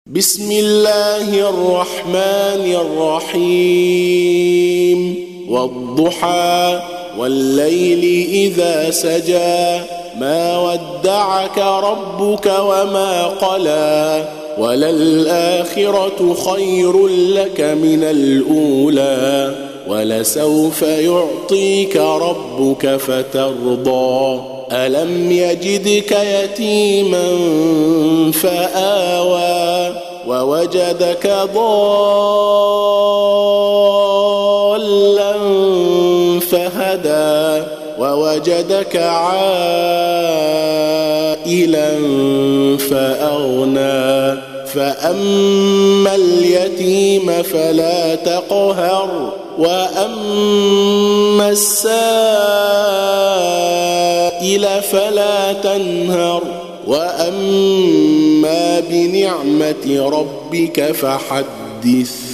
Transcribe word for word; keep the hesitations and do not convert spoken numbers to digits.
بسم الله الرحمن الرحيم والضحى والليل إذا سجى ما ودعك ربك وما قلى وللآخرة خير لك من الأولى ولسوف يعطيك ربك فترضى ألم يجدك يتيما فآوى ووجدك ضالا فهدى ووجدك عائلا فأغنى فأما اليتيم فلا تقهر وأما السائل فلا تنهر وأما بنعمة ربك فحدث.